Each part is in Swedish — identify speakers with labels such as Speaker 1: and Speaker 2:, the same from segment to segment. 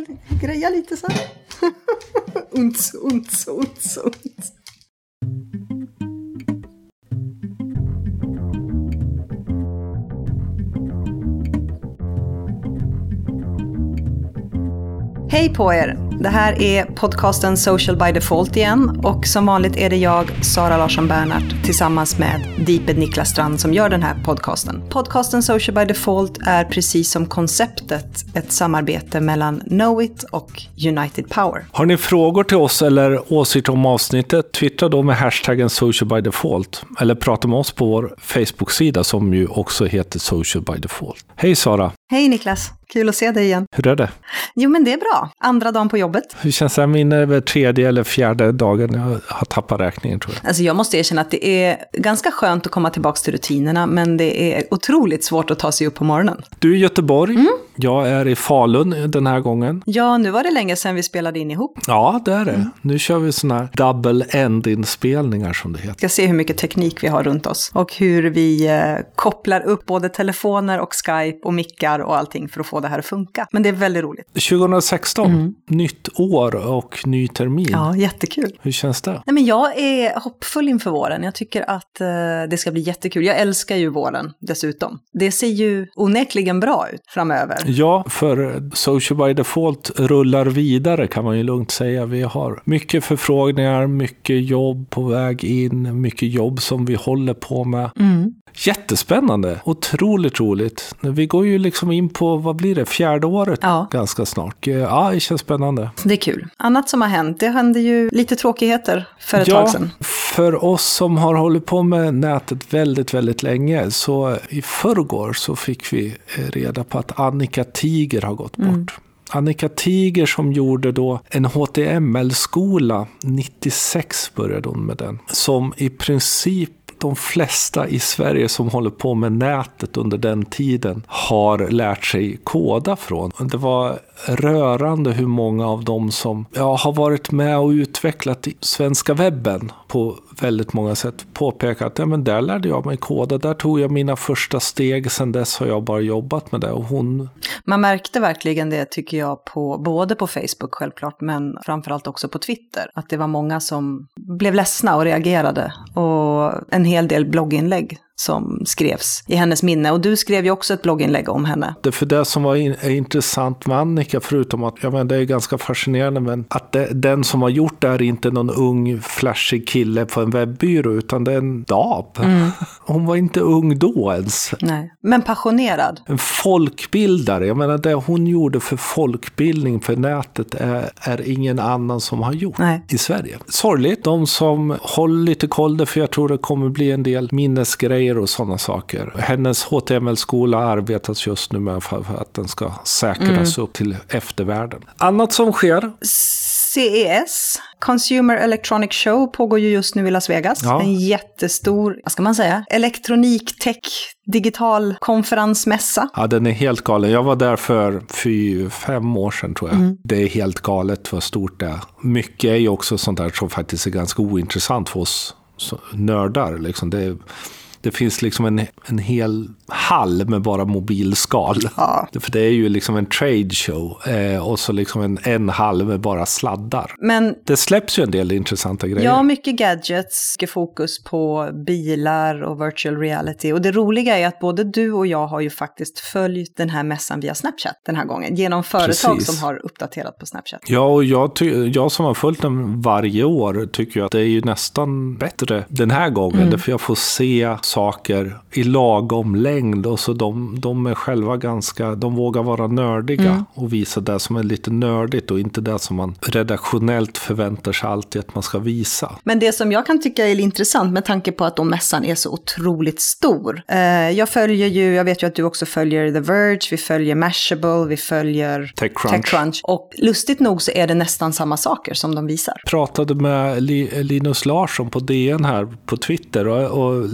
Speaker 1: väl greja lite så här. Unts. Hej på er! Det här är podcasten Social by Default igen och som vanligt är det jag, Sara Larsson Bernhardt, tillsammans med Deeped Niklas Strand som gör den här podcasten. Podcasten Social by Default är precis som konceptet ett samarbete mellan Knowit och United Power.
Speaker 2: Har ni frågor till oss eller åsikter om avsnittet, twittra då med hashtaggen Social by Default eller prata med oss på vår Facebook-sida som ju också heter Social by Default. Hej Sara!
Speaker 1: Hej Niklas! Kul att se dig igen.
Speaker 2: Hur är det?
Speaker 1: Jo men det är bra. Andra dagen på jobbet.
Speaker 2: Hur känns det? Min är väl tredje eller fjärde dagen jag har tappat räkningen tror jag.
Speaker 1: Alltså jag måste erkänna att det är ganska skönt att komma tillbaka till rutinerna men det är otroligt svårt att ta sig upp på morgonen.
Speaker 2: Du är i Göteborg. Jag är i Falun den här gången.
Speaker 1: Ja, nu var det länge sedan vi spelade in ihop.
Speaker 2: Ja, det är det. Nu kör vi såna här double end-inspelningar som det heter.
Speaker 1: Jag ska se hur mycket teknik vi har runt oss och hur vi kopplar upp både telefoner och Skype och mickar och allting för att få det här att funka. Men det är väldigt roligt.
Speaker 2: 2016, nytt år och ny termin.
Speaker 1: Ja, jättekul.
Speaker 2: Hur känns det?
Speaker 1: Nej, men jag är hoppfull inför våren. Jag tycker att det ska bli jättekul. Jag älskar ju våren dessutom. Det ser ju onekligen bra ut framöver.
Speaker 2: Ja, för Social by Default rullar vidare kan man ju lugnt säga. Vi har mycket förfrågningar, mycket jobb på väg in, mycket jobb som vi håller på med. Jättespännande, otroligt roligt. Vi går ju liksom in på, vad blir det, fjärde året ganska snart. Ja, det känns spännande.
Speaker 1: Det är kul. Annat som har hänt, det hände ju lite tråkigheter för ett tag sedan.
Speaker 2: För oss som har hållit på med nätet väldigt, väldigt länge så i förrgår så fick vi reda på att Annika Tiger har gått bort. Annika Tiger som gjorde då en HTML-skola, 96 började hon med den, som i princip de flesta i Sverige som håller på med nätet under den tiden har lärt sig koda från. Det var rörande hur många av dem som har varit med och utvecklat i svenska webben på väldigt många sätt påpekat att men där lärde jag mig koda, där tog jag mina första steg, sen dess har jag bara jobbat med det. Och
Speaker 1: Man märkte verkligen det tycker jag både på Facebook självklart men framförallt också på Twitter, att det var många som blev ledsna och reagerade och en hel del blogginlägg som skrevs i hennes minne. Och du skrev ju också ett blogginlägg om henne.
Speaker 2: Det för det som var intressant med Annika, förutom att det är ganska fascinerande, men att den som har gjort det är inte någon ung flashig kille på en webbyrå, utan det är en dam. Hon var inte ung då ens.
Speaker 1: Nej, men passionerad.
Speaker 2: En folkbildare. Det hon gjorde för folkbildning för nätet är ingen annan som har gjort i Sverige. Sorgligt. De som håller lite koll, för jag tror det kommer bli en del minnesgrejer och sådana saker. Hennes HTML-skola arbetas just nu med för att den ska säkras upp till eftervärlden. Annat som sker?
Speaker 1: CES, Consumer Electronic Show, pågår ju just nu i Las Vegas. Ja. En jättestor, vad ska man säga, elektronik-tech digital konferensmässa.
Speaker 2: Ja, den är helt galen. Jag var där för 5 år sedan tror jag. Det är helt galet vad stort det är. Mycket är ju också sånt där som faktiskt är ganska ointressant för oss nördar. Liksom. Det finns liksom en hel hall med bara mobilskal. Ja. För det är ju liksom en trade show. Och så liksom en hall med bara sladdar. Men det släpps ju en del intressanta grejer.
Speaker 1: Ja, mycket gadgets. Mycket fokus på bilar och virtual reality. Och det roliga är att både du och jag har ju faktiskt följt den här mässan via Snapchat den här gången. Genom företag som har uppdaterat på Snapchat.
Speaker 2: Ja, och jag som har följt den varje år tycker att det är ju nästan bättre den här gången. Därför jag får se saker i lagom längd och så de är själva de vågar vara nördiga och visa det som är lite nördigt och inte det som man redaktionellt förväntar sig alltid att man ska visa.
Speaker 1: Men det som jag kan tycka är intressant med tanke på att mässan är så otroligt stor. Jag vet ju att du också följer The Verge, vi följer Mashable, vi följer TechCrunch. Och lustigt nog så är det nästan samma saker som de visar.
Speaker 2: Jag pratade med Linus Larsson på DN här på Twitter och lite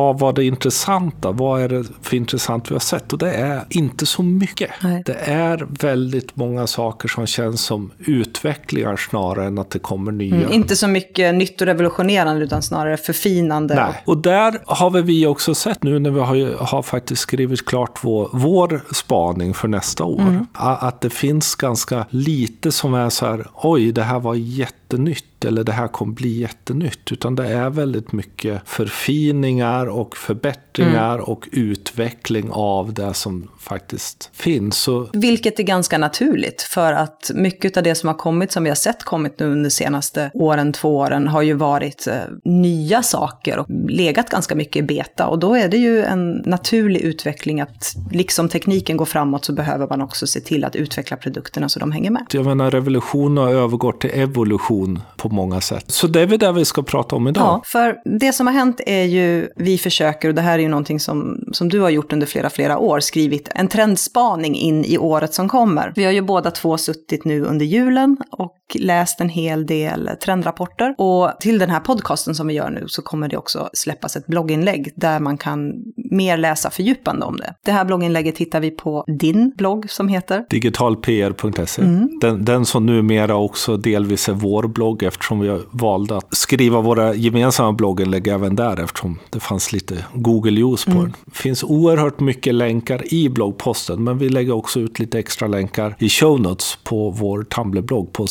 Speaker 2: vad var det intressanta? Vad är det för intressant vi har sett? Och det är inte så mycket. Nej. Det är väldigt många saker som känns som utvecklingar snarare än att det kommer nya.
Speaker 1: Inte så mycket nytt och revolutionerande utan snarare förfinande.
Speaker 2: Nej. Och där har vi också sett nu när vi har faktiskt skrivit klart vår spaning för nästa år. Att det finns ganska lite som är så här, oj, det här var jättenytt eller det här kommer bli jättenytt, utan det är väldigt mycket förfiningar och förbättringar och utveckling av det som faktiskt finns. Så... Vilket
Speaker 1: är ganska naturligt, för att mycket av det som har kommit, som vi har sett kommit nu under de senaste 2 åren har ju varit nya saker och legat ganska mycket i beta, och då är det ju en naturlig utveckling att liksom tekniken går framåt så behöver man också se till att utveckla produkterna så de hänger med.
Speaker 2: Jag menar, revolution har övergått till evolution på många sätt. Så det är väl det vi ska prata om idag.
Speaker 1: Ja, för det som har hänt är ju, vi försöker, och det här är ju någonting som du har gjort under flera år, skrivit en trendspaning in i året som kommer. Vi har ju båda 2 suttit nu under julen och läst en hel del trendrapporter, och till den här podcasten som vi gör nu så kommer det också släppas ett blogginlägg där man kan mer läsa fördjupande om det. Det här blogginlägget hittar vi på din blogg som heter
Speaker 2: digitalpr.se. Den som numera också delvis är vår blogg, eftersom vi valde att skriva våra gemensamma blogginlägg även där, eftersom det fanns lite Google-use på den. Det finns oerhört mycket länkar i bloggposten, men vi lägger också ut lite extra länkar i show notes på vår Tumblr-blogg på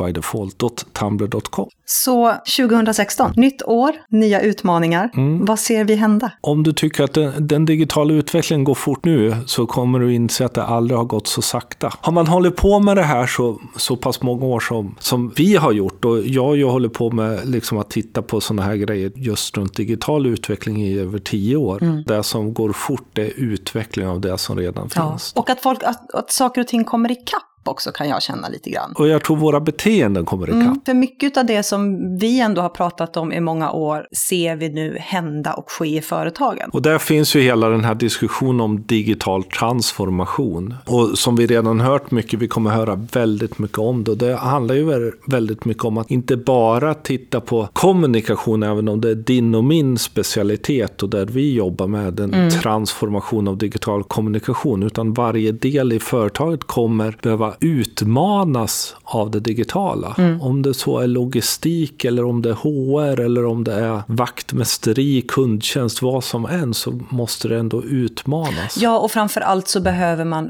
Speaker 2: socialbydefault.tumblr.com.
Speaker 1: Så 2016, nytt år, nya utmaningar. Vad ser vi hända?
Speaker 2: Om du tycker att den digitala utvecklingen går fort nu, så kommer du inse att det aldrig har gått så sakta. Har man hållit på med det här så pass många år som vi har gjort, och jag håller på med liksom att titta på sådana här grejer just runt digital utveckling i över 10 år. Det som går fort är utveckling av det som redan finns.
Speaker 1: Och att saker och ting kommer i kapp också, kan jag känna lite grann.
Speaker 2: Och jag tror våra beteenden kommer ikapp.
Speaker 1: För mycket av det som vi ändå har pratat om i många år ser vi nu hända och ske i företagen.
Speaker 2: Och där finns ju hela den här diskussionen om digital transformation. Och som vi redan hört mycket, vi kommer höra väldigt mycket om det. Och det handlar ju väldigt mycket om att inte bara titta på kommunikation, även om det är din och min specialitet och där vi jobbar med en transformation av digital kommunikation, utan varje del i företaget kommer behöva utmanas av det digitala. Om det så är logistik eller om det är HR eller om det är vaktmästeri, kundtjänst, vad som än, så måste det ändå utmanas.
Speaker 1: Ja, och framförallt så behöver man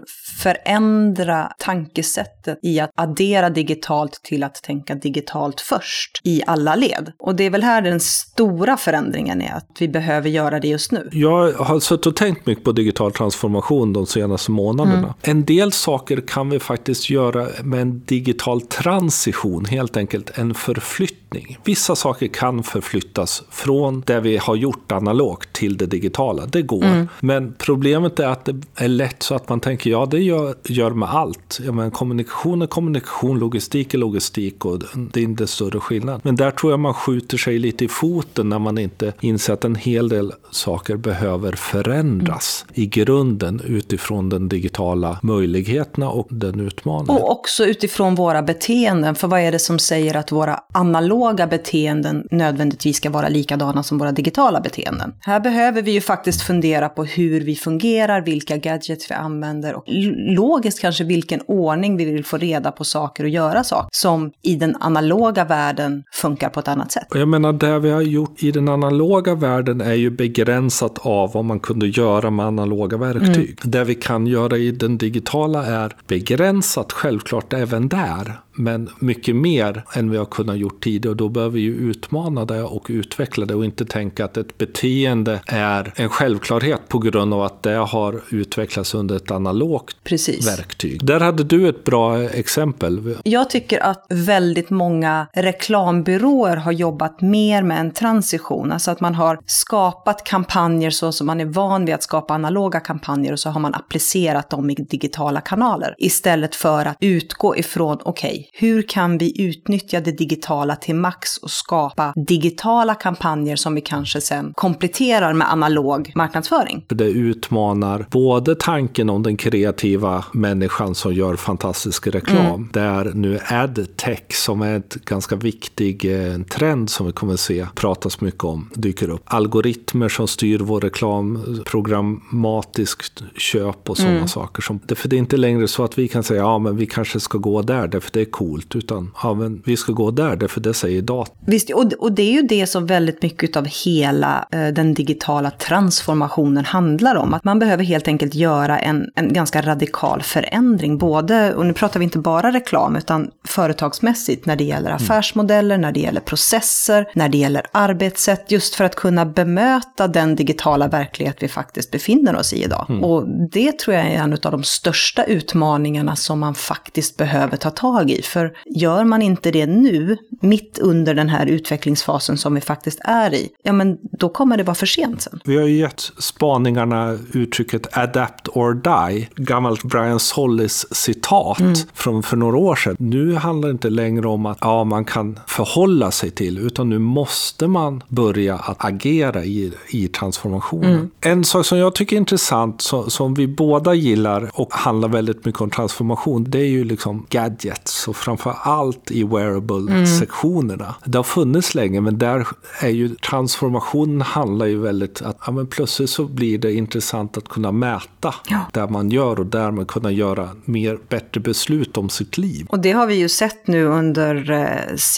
Speaker 1: förändra tankesättet i att addera digitalt till att tänka digitalt först i alla led. Och det är väl här den stora förändringen är, att vi behöver göra det just nu.
Speaker 2: Jag har suttit och tänkt mycket på digital transformation de senaste månaderna. En del saker kan vi faktiskt göra med en digital transition, helt enkelt en förflyttning. Vissa saker kan förflyttas från det vi har gjort analogt till det digitala. Det går. Men problemet är att det är lätt så att man tänker, ja, det gör med allt. Ja, men kommunikation är kommunikation, logistik är logistik, och det är inte större skillnad. Men där tror jag man skjuter sig lite i foten när man inte inser att en hel del saker behöver förändras i grunden utifrån den digitala möjligheterna och den utmaningen.
Speaker 1: Och också utifrån våra beteenden, för vad är det som säger att våra analoga beteenden nödvändigtvis ska vara likadana som våra digitala beteenden? Här behöver vi ju faktiskt fundera på hur vi fungerar, vilka gadgets vi använder och logiskt kanske vilken ordning vi vill få reda på saker och göra saker som i den analoga världen funkar på ett annat sätt.
Speaker 2: Jag menar, det vi har gjort i den analoga världen är ju begränsat av vad man kunde göra med analoga verktyg. Det vi kan göra i den digitala är begränsat, självklart även där, men mycket mer än vi har kunnat gjort tidigare, och då behöver vi ju utmana det och utveckla det och inte tänka att ett beteende är en självklarhet på grund av att det har utvecklats under ett analogt verktyg. Där hade du ett bra exempel.
Speaker 1: Jag tycker att väldigt många reklambyråer har jobbat mer med en transition, alltså att man har skapat kampanjer så som man är van vid att skapa analoga kampanjer, och så har man applicerat dem i digitala kanaler istället istället för att utgå ifrån hur kan vi utnyttja det digitala till max och skapa digitala kampanjer som vi kanske sen kompletterar med analog marknadsföring.
Speaker 2: Det utmanar både tanken om den kreativa människan som gör fantastisk reklam, där nu AdTech som är ett ganska viktig trend som vi kommer se pratas mycket om dyker upp. Algoritmer som styr vår reklam, programmatiskt köp och sådana saker. För det är inte längre så att vi kan säga men vi kanske ska gå där därför det är coolt, utan men vi ska gå där därför det säger data.
Speaker 1: Visst, och det är ju det som väldigt mycket av hela den digitala transformationen handlar om. Att man behöver helt enkelt göra en ganska radikal förändring. Både, och nu pratar vi inte bara reklam utan företagsmässigt när det gäller affärsmodeller, när det gäller processer, när det gäller arbetssätt. Just för att kunna bemöta den digitala verklighet vi faktiskt befinner oss i idag. Och det tror jag är en av de största utmaningarna som man faktiskt behöver ta tag i. För gör man inte det nu, mitt under den här utvecklingsfasen som vi faktiskt är i, men då kommer det vara för sent sen.
Speaker 2: Vi har ju gett spaningarna uttrycket adapt or die, gammalt Brian Solis citat från för några år sedan. Nu handlar det inte längre om att man kan förhålla sig till, utan nu måste man börja att agera i transformationen. En sak som jag tycker är intressant, som vi båda gillar och handlar väldigt mycket om transformation, det är ju liksom gadgets och framför allt i wearable-sektionerna. Det har funnits länge, men där är ju transformationen handlar ju väldigt att men plötsligt så blir det intressant att kunna mäta där man gör och därmed kunna göra bättre beslut om sitt liv.
Speaker 1: Och det har vi ju sett nu under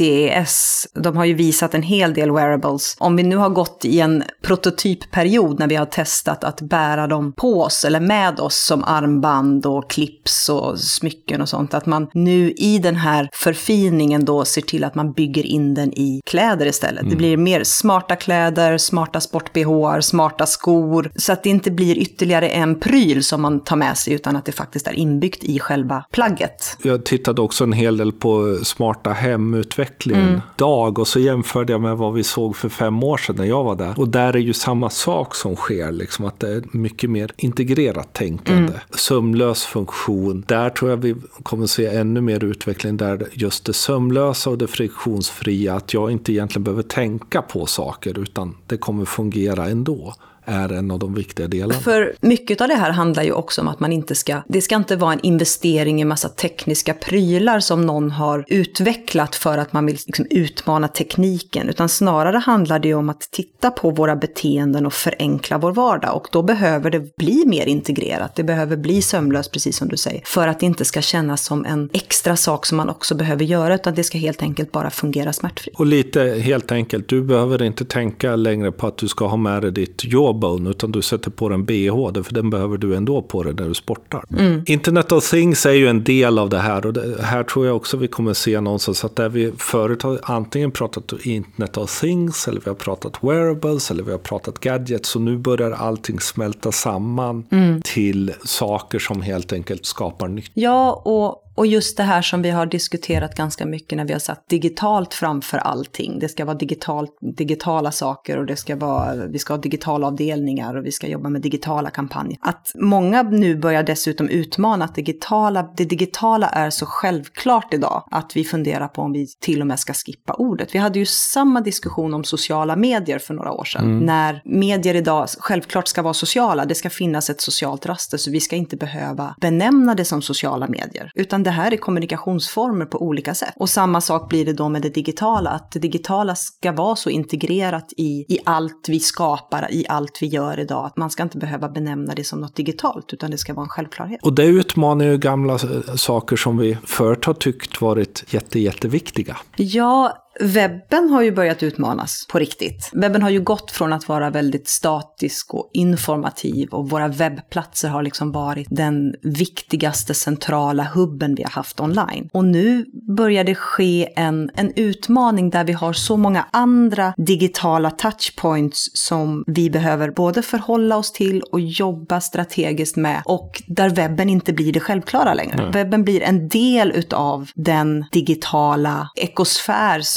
Speaker 1: CES. De har ju visat en hel del wearables. Om vi nu har gått i en prototypperiod när vi har testat att bära dem på oss eller med oss som armband och clips och smycken och sånt, att man nu i den här förfiningen då ser till att man bygger in den i kläder istället. Det blir mer smarta kläder, smarta sport-BH:ar, smarta skor, så att det inte blir ytterligare en pryl som man tar med sig utan att det faktiskt är inbyggt i själva plagget.
Speaker 2: Jag tittade också en hel del på smarta hemutvecklingen dag och så jämförde jag med vad vi såg för 5 år sedan när jag var där. Och där är ju samma sak som sker, liksom att det är mycket mer integrerat tänkande. Sömlös funktion. Där tror jag vi kommer se ännu mer utveckling där just det sömlösa och det friktionsfria, att jag inte egentligen behöver tänka på saker utan det kommer fungera ändå, är en av de viktiga delarna.
Speaker 1: För mycket av det här handlar ju också om att man det ska inte vara en investering i massa tekniska prylar som någon har utvecklat för att man vill liksom utmana tekniken, utan snarare handlar det ju om att titta på våra beteenden och förenkla vår vardag, och då behöver det bli mer integrerat, det behöver bli sömlöst precis som du säger, för att det inte ska kännas som en extra sak som man också behöver göra, utan det ska helt enkelt bara fungera smärtfritt.
Speaker 2: Och lite helt enkelt, du behöver inte tänka längre på att du ska ha med dig ditt jobb, utan du sätter på en BH, för den behöver du ändå på dig när du sportar. Internet of Things är ju en del av det här, och det här tror jag också vi kommer se någonstans att där vi förut har antingen pratat Internet of Things eller vi har pratat wearables eller vi har pratat gadgets, så nu börjar allting smälta samman till saker som helt enkelt skapar nytt.
Speaker 1: Ja, och just det här som vi har diskuterat ganska mycket när vi har satt digitalt framför allting. Det ska vara digitala saker, och vi ska ha digitala avdelningar och vi ska jobba med digitala kampanjer. Att många nu börjar dessutom utmana att det digitala är så självklart idag att vi funderar på om vi till och med ska skippa ordet. Vi hade ju samma diskussion om sociala medier för några år sedan. När medier idag självklart ska vara sociala, det ska finnas ett socialt raster, så vi ska inte behöva benämna det som sociala medier. Utan det här är kommunikationsformer på olika sätt. Och samma sak blir det då med det digitala. Att det digitala ska vara så integrerat i allt vi skapar, i allt vi gör idag. Att man ska inte behöva benämna det som något digitalt, utan det ska vara en självklarhet.
Speaker 2: Och det utmanar ju gamla saker som vi förut har tyckt varit jätteviktiga.
Speaker 1: Ja, webben har ju börjat utmanas på riktigt. Webben har ju gått från att vara väldigt statisk och informativ, och våra webbplatser har liksom varit den viktigaste centrala hubben vi har haft online. Och nu börjar det ske en utmaning där vi har så många andra digitala touchpoints som vi behöver både förhålla oss till och jobba strategiskt med, och där webben inte blir det självklara längre. Webben blir en del utav den digitala ekosfär som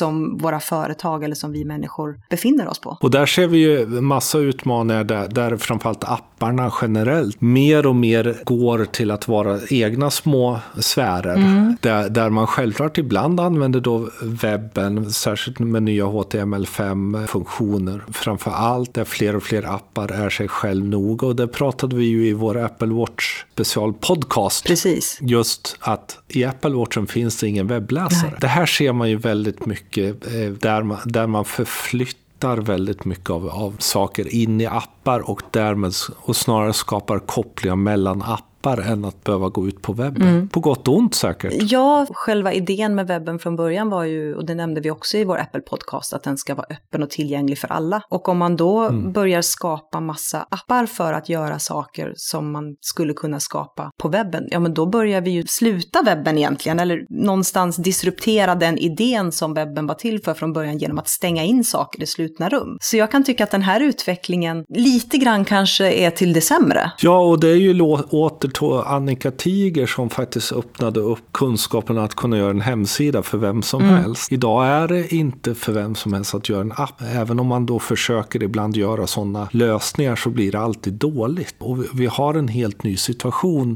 Speaker 1: som våra företag eller som vi människor befinner oss på.
Speaker 2: Och där ser vi ju massa utmaningar där framförallt apparna generellt mer och mer går till att vara egna små sfärer. Där man självklart ibland använder då webben, särskilt med nya HTML5-funktioner. Framför allt där fler och fler appar är sig själv nog. Och det pratade vi ju i vår Apple Watch specialpodcast.
Speaker 1: Precis.
Speaker 2: Just att i Apple Watchen finns det ingen webbläsare. Nej. Det här ser man ju väldigt mycket där man förflyttar väldigt mycket av saker in i appar och därmed och snarare skapar kopplingar mellan appar än att behöva gå ut på webben. På gott och ont säkert.
Speaker 1: Ja, själva idén med webben från början var ju, och det nämnde vi också i vår Apple-podcast, att den ska vara öppen och tillgänglig för alla. Och om man då börjar skapa massa appar för att göra saker som man skulle kunna skapa på webben, ja men då börjar vi ju sluta webben egentligen, eller någonstans disruptera den idén som webben var till för från början genom att stänga in saker i slutna rum. Så jag kan tycka att den här utvecklingen lite grann kanske är till det sämre.
Speaker 2: Ja, och det är ju åter Annika Tiger som faktiskt öppnade upp kunskapen att kunna göra en hemsida för vem som helst. Idag är det inte för vem som helst att göra en app. Även om man då försöker ibland göra sådana lösningar så blir det alltid dåligt. Och vi har en helt ny situation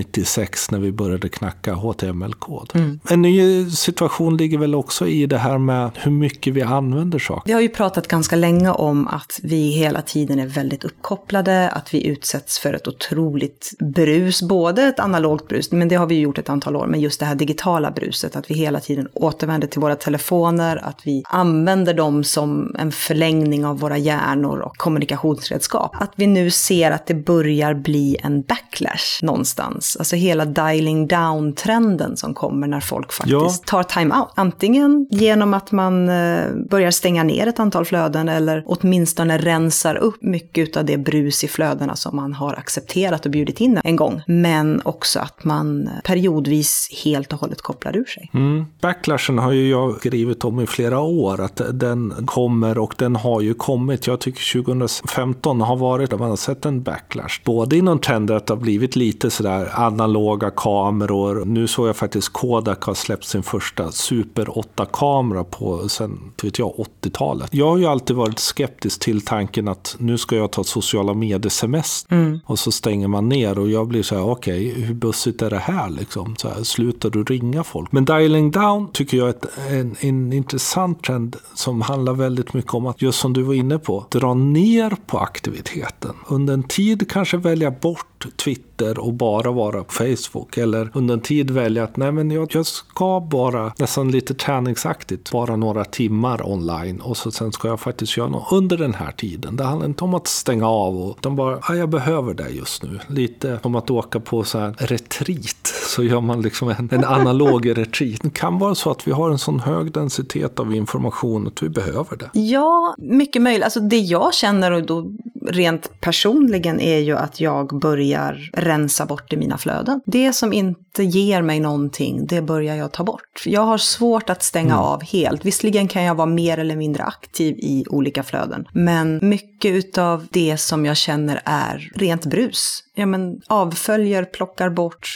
Speaker 2: N96 när vi började knacka HTML-kod. En ny situation ligger väl också i det här med hur mycket vi använder saker.
Speaker 1: Vi har ju pratat ganska länge om att vi hela tiden är väldigt uppkopplade, att vi utsätts för ett otroligt brus, både ett analogt brus, men det har vi gjort ett antal år, men just det här digitala bruset, att vi hela tiden återvänder till våra telefoner, att vi använder dem som en förlängning av våra hjärnor och kommunikationsredskap. Att vi nu ser att det börjar bli en backlash någonstans. Alltså hela dialing down-trenden som kommer när folk faktiskt tar time out. Antingen genom att man börjar stänga ner ett antal flöden eller åtminstone rensar upp mycket av det brus i flödena som man har accepterat och bjudit in en gång. Men också att man periodvis helt och hållet kopplar ur sig.
Speaker 2: Backlashen har ju jag skrivit om i flera år, att den kommer och den har ju kommit. Jag tycker 2015 har varit att man har sett en backlash. Både inom trender att det har blivit lite sådär analoga kameror. Nu såg jag faktiskt Kodak har släppt sin första Super 8-kamera på sen 80-talet. Jag har ju alltid varit skeptisk till tanken att nu ska jag ta sociala mediesemester och så stänger man ner och jag blir så här, okej, hur bussigt är det här liksom? Så här, slutar du ringa folk? Men dialing down tycker jag är en intressant trend som handlar väldigt mycket om att, just som du var inne på, dra ner på aktiviteten. Under en tid kanske välja bort Twitter och bara vara på Facebook, eller under en tid välja att nej, men jag ska bara nästan lite träningsaktigt bara några timmar online och så sen ska jag faktiskt göra något under den här tiden. Det handlar inte om att stänga av och de bara, jag behöver det just nu. Lite som att åka på så här retreat, så gör man liksom en analog retreat. Det kan vara så att vi har en sån hög densitet av information att vi behöver det.
Speaker 1: Ja, mycket möjligt. Alltså det jag känner och då rent personligen är ju att jag börjar rensa bort i mina flöden. Det som inte ger mig någonting, det börjar jag ta bort. Jag har svårt att stänga av helt. Visserligen kan jag vara mer eller mindre aktiv i olika flöden. Men mycket utav det som jag känner är rent brus. Ja, men avföljer, plockar bort,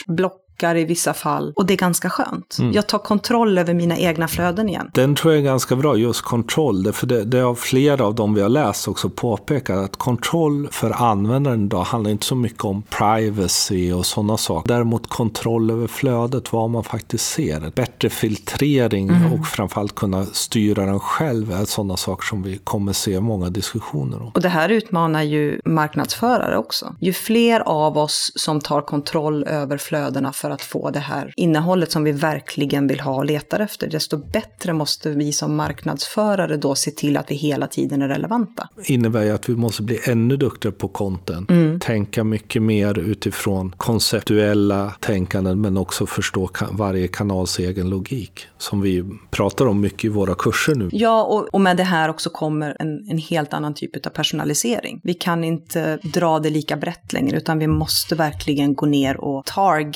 Speaker 1: i vissa fall. Och det är ganska skönt. Jag tar kontroll över mina egna flöden igen.
Speaker 2: Den tror jag är ganska bra, just kontroll. För det har flera av dem vi har läst också påpekat att kontroll för användaren idag handlar inte så mycket om privacy och sådana saker. Däremot kontroll över flödet, vad man faktiskt ser. Bättre filtrering och framförallt kunna styra den själv är sådana saker som vi kommer se många diskussioner om.
Speaker 1: Och det här utmanar ju marknadsförare också. Ju fler av oss som tar kontroll över flödena för att få det här innehållet som vi verkligen vill ha och letar efter, desto bättre måste vi som marknadsförare då se till att vi hela tiden är relevanta.
Speaker 2: Det innebär ju att vi måste bli ännu duktigare på content. Tänka mycket mer utifrån konceptuella tänkanden, men också förstå varje kanals egen logik, som vi pratar om mycket i våra kurser nu.
Speaker 1: Ja, och med det här också kommer en helt annan typ av personalisering. Vi kan inte dra det lika brett längre, utan vi måste verkligen gå ner och targeta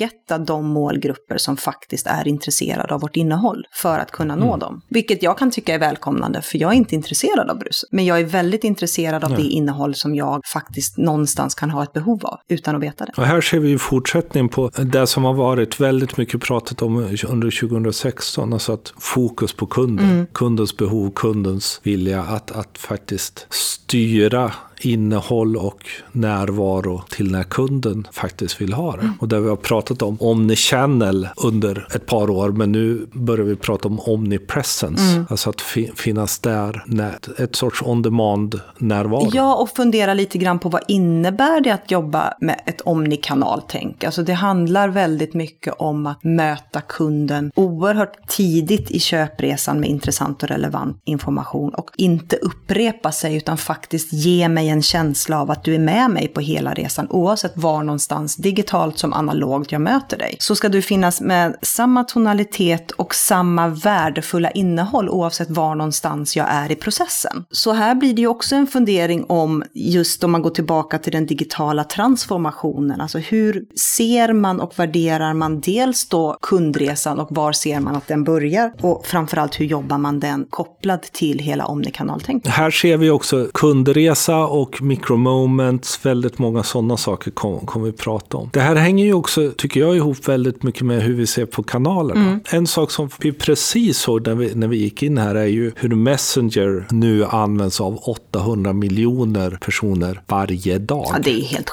Speaker 1: de målgrupper som faktiskt är intresserade av vårt innehåll för att kunna nå dem. Vilket jag kan tycka är välkomnande, för jag är inte intresserad av bruset. Men jag är väldigt intresserad av det innehåll som jag faktiskt någonstans kan ha ett behov av utan att veta det.
Speaker 2: Och här ser vi ju fortsättning på det som har varit väldigt mycket pratat om under 2016, alltså att fokus på kunden, kundens behov, kundens vilja att faktiskt styra innehåll och närvaro till när kunden faktiskt vill ha det. Och där vi har pratat om omnichannel under ett par år, men nu börjar vi prata om omnipresence. Alltså att finnas där, ett sorts on-demand närvaro.
Speaker 1: Ja, och fundera lite grann på vad innebär det att jobba med ett omnikanaltänk. Alltså det handlar väldigt mycket om att möta kunden oerhört tidigt i köpresan med intressant och relevant information och inte upprepa sig utan faktiskt ge mig en känsla av att du är med mig på hela resan oavsett var någonstans, digitalt som analogt, jag möter dig. Så ska du finnas med samma tonalitet och samma värdefulla innehåll oavsett var någonstans jag är i processen. Så här blir det ju också en fundering om just om man går tillbaka till den digitala transformationen. Alltså hur ser man och värderar man dels då kundresan och var ser man att den börjar och framförallt hur jobbar man den kopplad till hela omnikanaltänket.
Speaker 2: Här ser vi också kundresa och micromoments, väldigt många sådana saker kommer vi prata om. Det här hänger ju också, tycker jag, ihop väldigt mycket med hur vi ser på kanalerna. En sak som vi precis såg när vi gick in här är ju hur Messenger nu används av 800 miljoner personer varje dag.
Speaker 1: Ja, det är helt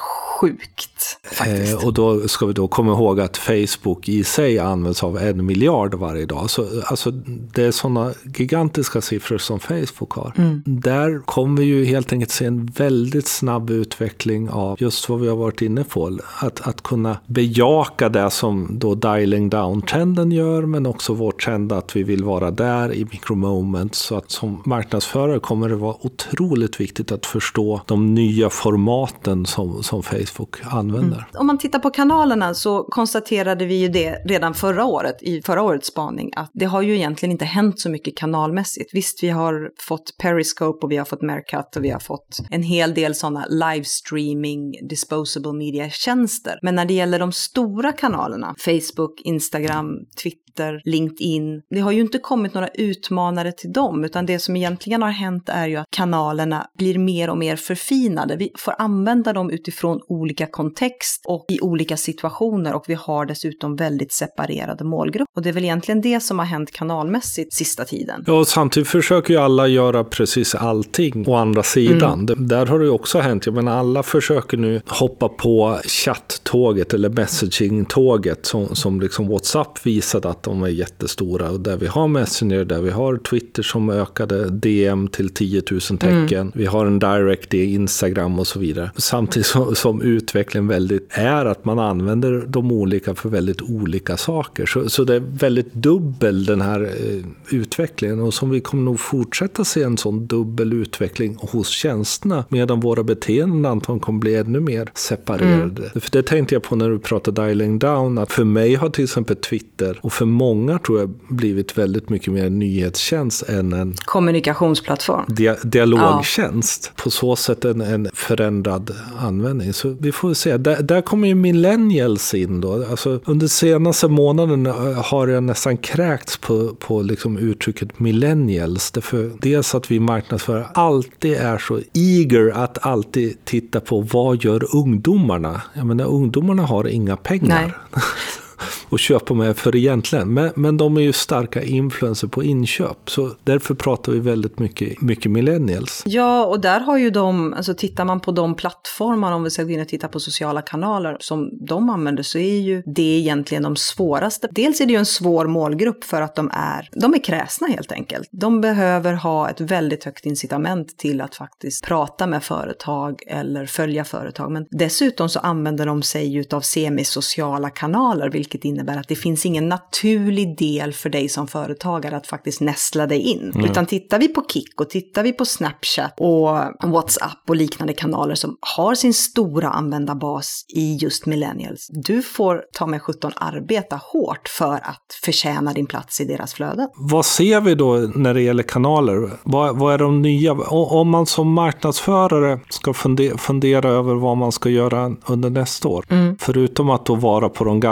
Speaker 1: sjukt faktiskt.
Speaker 2: Och då ska vi då komma ihåg att Facebook i sig används av 1 miljard varje dag. Så, alltså, det är sådana gigantiska siffror som Facebook har. Där kommer vi ju helt enkelt se en väldigt snabb utveckling av just vad vi har varit inne på. Att kunna bejaka det som då dialing down-trenden gör, men också vår trend att vi vill vara där i micromoments. Så att som marknadsförare kommer det vara otroligt viktigt att förstå de nya formaten som Facebook använder.
Speaker 1: Om man tittar på kanalerna så konstaterade vi ju det redan förra året, i förra årets spaning, att det har ju egentligen inte hänt så mycket kanalmässigt. Visst, vi har fått Periscope och vi har fått Meerkat och vi har fått en hel del sådana livestreaming, disposable media-tjänster. Men när det gäller de stora kanalerna, Facebook, Instagram, Twitter, LinkedIn, det har ju inte kommit några utmanare till dem, utan det som egentligen har hänt är ju att kanalerna blir mer och mer förfinade. Vi får använda dem utifrån olika kontext och i olika situationer och vi har dessutom väldigt separerade målgrupper. Och det är väl egentligen det som har hänt kanalmässigt sista tiden.
Speaker 2: Ja, och samtidigt försöker ju alla göra precis allting å andra sidan. Där har det ju också hänt. Jag menar, alla försöker nu hoppa på chatttåget eller messaging-tåget som liksom WhatsApp visade att de är jättestora. Och där vi har Messenger, där vi har Twitter som ökade DM till 10 000 tecken. Vi har en direct i Instagram och så vidare. Samtidigt som utvecklingen väldigt är att man använder de olika för väldigt olika saker. Så det är väldigt dubbel den här utvecklingen, och som vi kommer nog fortsätta se en sån dubbel utveckling hos tjänsterna, medan våra beteenden antagligen kommer bli ännu mer separerade. För det tänkte jag på när du pratade dialing down, att för mig har till exempel Twitter, och för många tror jag, blivit väldigt mycket mer nyhetstjänst än en
Speaker 1: kommunikationsplattform.
Speaker 2: Dialogtjänst. På så sätt en förändrad användning. Så vi får se. Där kommer ju millennials in då. Alltså, under senaste månaden har jag nästan kräkts på liksom uttrycket millennials. Därför dels att vi marknadsförare alltid är så eager att alltid titta på vad gör ungdomarna. Jag menar, ungdomarna har inga pengar. Nej. Och köpa med för egentligen. Men de är ju starka influenser på inköp. Så därför pratar vi väldigt mycket millennials.
Speaker 1: Ja, och där har ju de, alltså tittar man på de plattformar, om vi ska gå in och titta på sociala kanaler som de använder, så är ju det egentligen de svåraste. Dels är det ju en svår målgrupp för att de är kräsna helt enkelt. De behöver ha ett väldigt högt incitament till att faktiskt prata med företag eller följa företag. Men dessutom så använder de sig utav semisociala kanaler, vilket innebär att det finns ingen naturlig del för dig som företagare att faktiskt nästla dig in. Utan tittar vi på Kik och tittar vi på Snapchat och WhatsApp och liknande kanaler som har sin stora användarbas i just millennials, du får ta med 17 arbeta hårt för att förtjäna din plats i deras flöde.
Speaker 2: Vad ser vi då när det gäller kanaler? Vad är de nya? Om man som marknadsförare ska fundera över vad man ska göra under nästa år, förutom att då vara på de gamla, för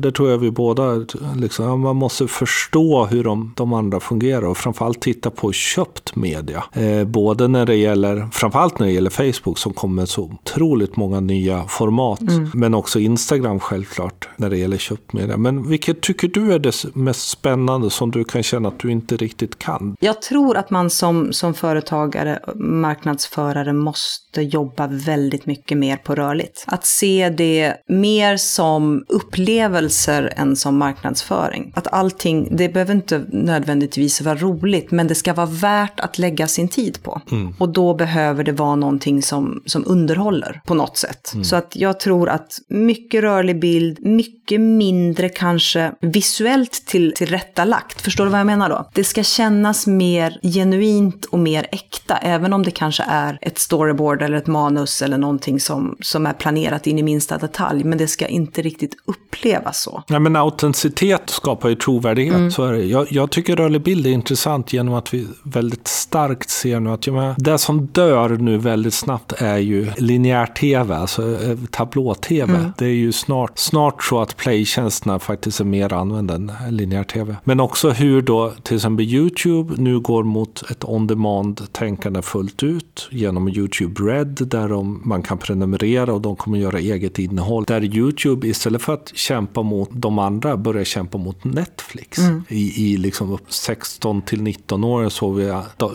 Speaker 2: det tror jag vi båda, liksom, man måste förstå hur de andra fungerar och framförallt titta på köpt media. Både när det gäller, framförallt när det gäller Facebook som kommer så otroligt många nya format, men också Instagram självklart när det gäller köpt media. Men vilket tycker du är det mest spännande som du kan känna att du inte riktigt kan?
Speaker 1: Jag tror att man som företagare, marknadsförare måste jobba väldigt mycket mer på rörligt. Att se det mer som upplevelser än som marknadsföring. Att allting, det behöver inte nödvändigtvis vara roligt, men det ska vara värt att lägga sin tid på. Och då behöver det vara någonting som underhåller på något sätt. Så att jag tror att mycket rörlig bild, mycket mindre kanske visuellt tillrättalagt. Förstår du vad jag menar då? Det ska kännas mer genuint och mer äkta, även om det kanske är ett storyboard eller ett manus eller någonting som är planerat in i minsta detalj, men det ska inte riktigt upplevas så.
Speaker 2: Nej, men autenticitet skapar ju trovärdighet. Så är det. Jag tycker rörlig bild är intressant genom att vi väldigt starkt ser nu att det som dör nu väldigt snabbt är ju linjär tv, alltså tablå-tv. Det är ju snart så att playtjänsterna faktiskt är mer använda än linjär tv. Men också hur då till exempel YouTube nu går mot ett on-demand-tänkande fullt ut genom YouTube Red, där man kan prenumerera och de kommer göra eget innehåll. Där YouTube istället för att kämpa mot de andra börjar kämpa mot Netflix. I liksom 16 till 19 år så vi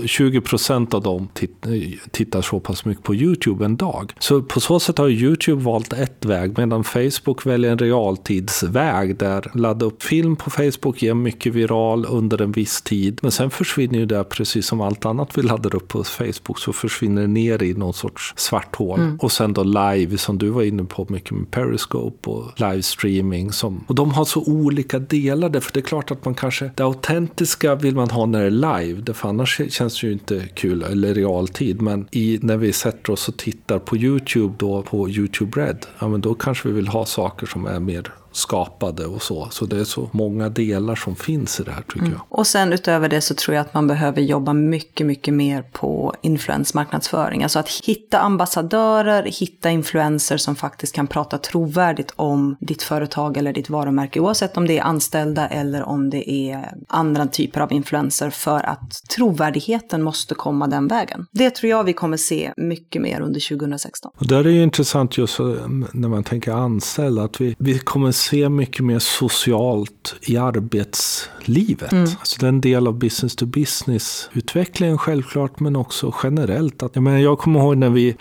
Speaker 2: 20% av dem tittar så pass mycket på YouTube en dag. Så på så sätt har YouTube valt ett väg, medan Facebook väljer en realtidsväg där ladda upp film på Facebook ger mycket viral under en viss tid. Men sen försvinner ju det, precis som allt annat vi laddar upp på Facebook, så försvinner det ner i någon sorts svart hål. Och sen då live, som du var inne på mycket med Periscope och livestreaming. Och de har så olika delar där, för det är klart att man kanske, det autentiska vill man ha när det är live, för annars känns det ju inte kul, eller realtid. Men när vi sätter oss och tittar på YouTube då, på YouTube Red, ja men då kanske vi vill ha saker som är mer skapade och så. Så det är så många delar som finns i det här, tycker jag.
Speaker 1: Och sen utöver det så tror jag att man behöver jobba mycket, mycket mer på influensmarknadsföring. Alltså att hitta ambassadörer, hitta influencers som faktiskt kan prata trovärdigt om ditt företag eller ditt varumärke, oavsett om det är anställda eller om det är andra typer av influencer, för att trovärdigheten måste komma den vägen. Det tror jag vi kommer se mycket mer under 2016.
Speaker 2: Och där är ju intressant just när man tänker anställda, att vi kommer se mycket mer socialt i arbetslivet. Alltså den del av business to business utvecklingen självklart, men också generellt. Jag kommer ihåg när vi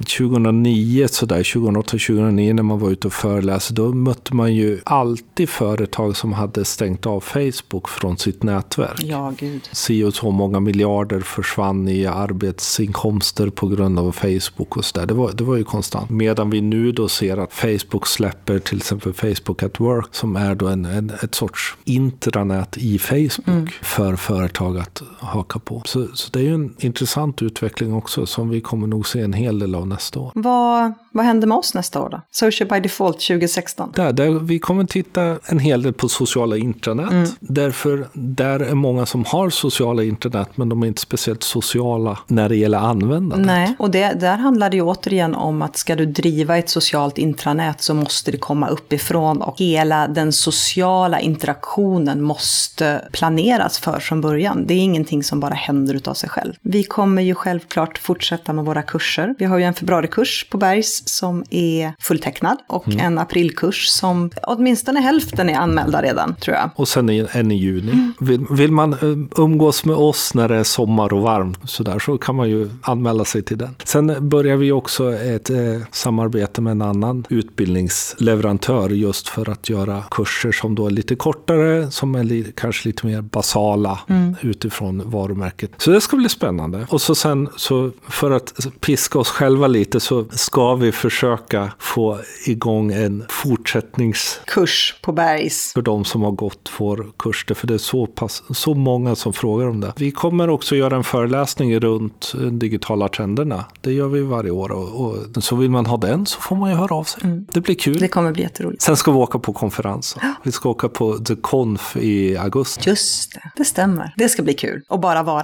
Speaker 2: 2008-2009 när man var ute och föreläste, då mötte man ju alltid företag som hade stängt av Facebook från sitt nätverk.
Speaker 1: Ja, gud.
Speaker 2: Så många miljarder försvann i arbetsinkomster på grund av Facebook och så där. Det var ju konstant. Medan vi nu då ser att Facebook släpper till exempel Facebook at Work, som är då ett sorts intranät i Facebook för företag att haka på. Så det är ju en intressant utveckling också som vi kommer nog se en hel del av nästa år.
Speaker 1: Vad händer med oss nästa år då? Social by Default 2016?
Speaker 2: Där vi kommer titta en hel del på sociala intranät. Därför där är många som har sociala intranät, men de är inte speciellt sociala när det gäller användandet.
Speaker 1: Nej, och där handlar det ju återigen om att ska du driva ett socialt intranät så måste det komma uppifrån, och hela den sociala interaktionen måste planeras för från början. Det är ingenting som bara händer utav sig själv. Vi kommer ju självklart fortsätta med våra kurser. Vi har ju en februarikurs på Bergs som är fulltecknad och en aprilkurs som åtminstone hälften är anmälda redan, tror jag.
Speaker 2: Och sen en i juni. Vill man umgås med oss när det är sommar och varmt så kan man ju anmäla sig till den. Sen börjar vi också ett samarbete med en annan utbildningsleverantör just för att göra kurser som då är lite kortare, som är kanske lite mer basala utifrån varumärket. Så det ska bli spännande. Och sen för att piska oss själva lite så ska vi försöka få igång en fortsättningskurs
Speaker 1: på Bergs
Speaker 2: för de som har gått vår kurs. För det är så många som frågar om det. Vi kommer också göra en föreläsning runt digitala trenderna. Det gör vi varje år, och så vill man ha den så får man ju höra av sig. Det blir kul.
Speaker 1: Det kommer bli jätteroligt.
Speaker 2: Sen ska vi åka på konferensen. Vi ska åka på The Conf i augusti.
Speaker 1: Just det, det stämmer. Det ska bli kul. Och bara vara.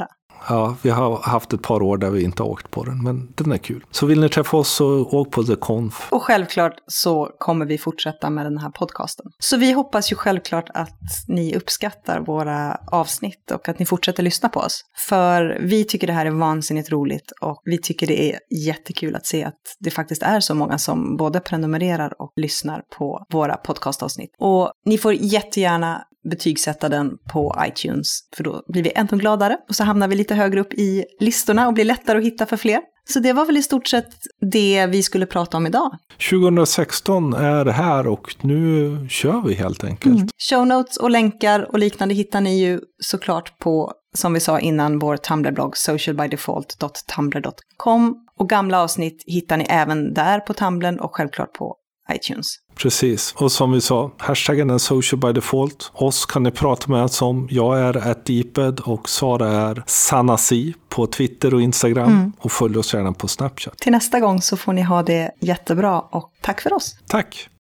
Speaker 2: Ja, vi har haft ett par år där vi inte har åkt på den, men den är kul. Så vill ni träffa oss så åk på The Conf.
Speaker 1: Och självklart så kommer vi fortsätta med den här podcasten. Så vi hoppas ju självklart att ni uppskattar våra avsnitt och att ni fortsätter lyssna på oss. För vi tycker det här är vansinnigt roligt och vi tycker det är jättekul att se att det faktiskt är så många som både prenumererar och lyssnar på våra podcastavsnitt. Och ni får jättegärna betygsätta den på iTunes, för då blir vi ännu gladare och så hamnar vi lite högre upp i listorna och blir lättare att hitta för fler. Så det var väl i stort sett det vi skulle prata om idag.
Speaker 2: 2016 är här och nu kör vi helt enkelt.
Speaker 1: Show notes och länkar och liknande hittar ni ju såklart på, som vi sa innan, vår Tumblr-blogg socialbydefault.tumblr.com, och gamla avsnitt hittar ni även där på Tumblr och självklart på iTunes.
Speaker 2: Precis, och som vi sa, hashtaggen är socialbydefault. Oss kan ni prata med oss om. Jag är @deeped och Sara är Sanasi på Twitter och Instagram. Och följ oss gärna på Snapchat.
Speaker 1: Till nästa gång så får ni ha det jättebra och tack för oss.
Speaker 2: Tack!